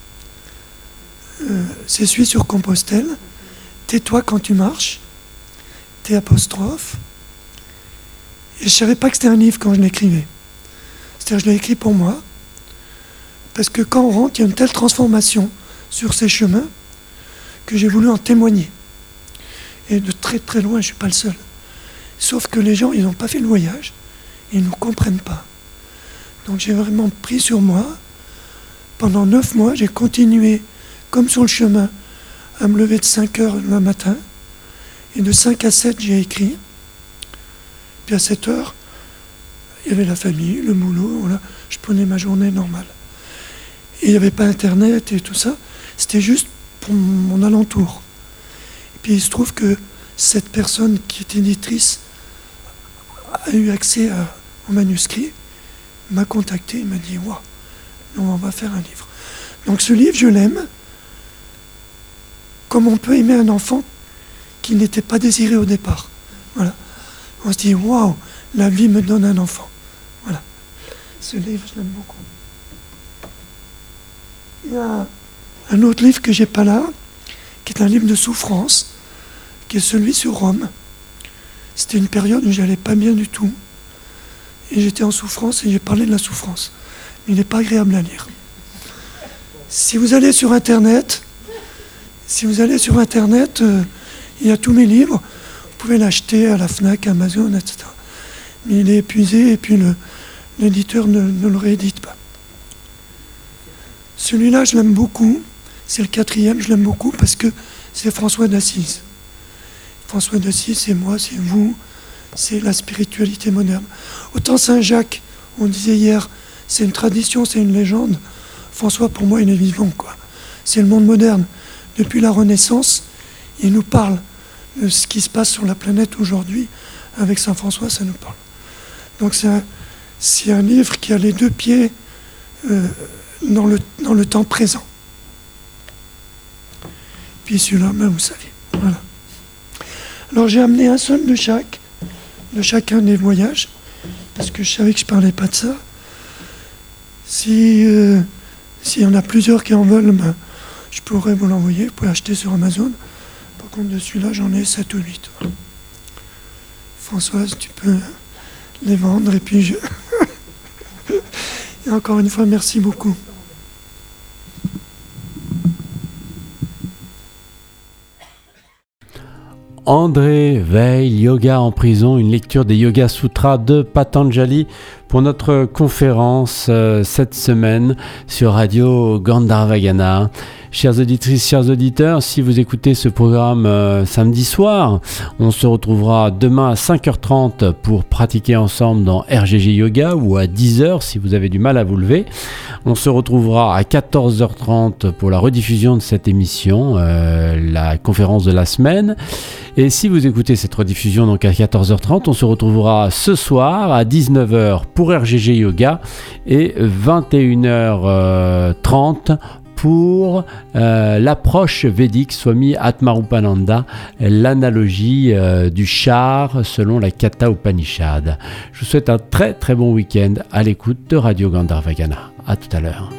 Euh, c'est celui sur Compostelle. Tais-toi quand tu marches. T apostrophe. Et je ne savais pas que c'était un livre quand je l'écrivais. C'est-à-dire, je l'ai écrit pour moi. Parce que quand on rentre, il y a une telle transformation sur ces chemins que j'ai voulu en témoigner. Et de très très loin, je ne suis pas le seul. Sauf que les gens, ils n'ont pas fait le voyage. Ils ne nous comprennent pas. Donc j'ai vraiment pris sur moi. Pendant neuf mois, j'ai continué, comme sur le chemin, à me lever de cinq heures le matin. Et de cinq à sept, j'ai écrit. Puis à sept heures, il y avait la famille, le boulot, voilà. Je prenais ma journée normale. Et il n'y avait pas Internet et tout ça. C'était juste pour mon alentour. Et puis il se trouve que cette personne qui est éditrice a eu accès à, au manuscrit, m'a contacté, il m'a dit « Waouh, on va faire un livre ». Donc ce livre, je l'aime, comme on peut aimer un enfant qui n'était pas désiré au départ. Voilà. On se dit « Waouh, la vie me donne un enfant ». Voilà. Ce livre, je l'aime beaucoup. Il y a un autre livre que j'ai pas là, qui est un livre de souffrance, qui est celui sur Rome. C'était une période où j'allais pas bien du tout. Et j'étais en souffrance et j'ai parlé de la souffrance. Mais il n'est pas agréable à lire. Si vous allez sur Internet, si vous allez sur Internet, euh, il y a tous mes livres. Vous pouvez l'acheter à la Fnac, Amazon, et cetera. Mais il est épuisé et puis le, l'éditeur ne, ne le réédite pas. Celui-là, je l'aime beaucoup. C'est le quatrième, je l'aime beaucoup parce que c'est François d'Assise. François d'Assise, c'est moi, c'est vous, c'est la spiritualité moderne. Autant Saint-Jacques, on disait hier, c'est une tradition, c'est une légende. François, pour moi, il est vivant, quoi. C'est le monde moderne. Depuis la Renaissance, il nous parle de ce qui se passe sur la planète aujourd'hui. Avec Saint François, ça nous parle. Donc c'est un, c'est un livre qui a les deux pieds euh, dans, le, dans le temps présent. Puis celui-là, ben, vous savez. Voilà. Alors j'ai amené un seul de chaque, de chacun des voyages, parce que je savais que je ne parlais pas de ça. Si, euh, s'il y en a plusieurs qui en veulent, ben, je pourrais vous l'envoyer, vous pouvez acheter sur Amazon. Par contre, de celui-là, j'en ai sept ou huit. Françoise, tu peux les vendre, et puis je... et encore une fois, merci beaucoup. André Weil, Yoga en prison, une lecture des Yoga Sutras de Patanjali pour notre conférence euh, cette semaine sur Radio Gandharvagana. Chères auditrices, chers auditeurs, si vous écoutez ce programme euh, samedi soir, on se retrouvera demain à cinq heures trente pour pratiquer ensemble dans R G G Yoga, ou à dix heures si vous avez du mal à vous lever. On se retrouvera à quatorze heures trente pour la rediffusion de cette émission, euh, la conférence de la semaine. Et si vous écoutez cette rediffusion donc à quatorze heures trente, on se retrouvera ce soir à dix-neuf heures pour R G G Yoga et vingt et une heures trente pour euh, l'approche védique Swami Atmarupananda, l'analogie euh, du char selon la Katha Upanishad. Je vous souhaite un très très bon week-end à l'écoute de Radio Gandharvagana. À tout à l'heure.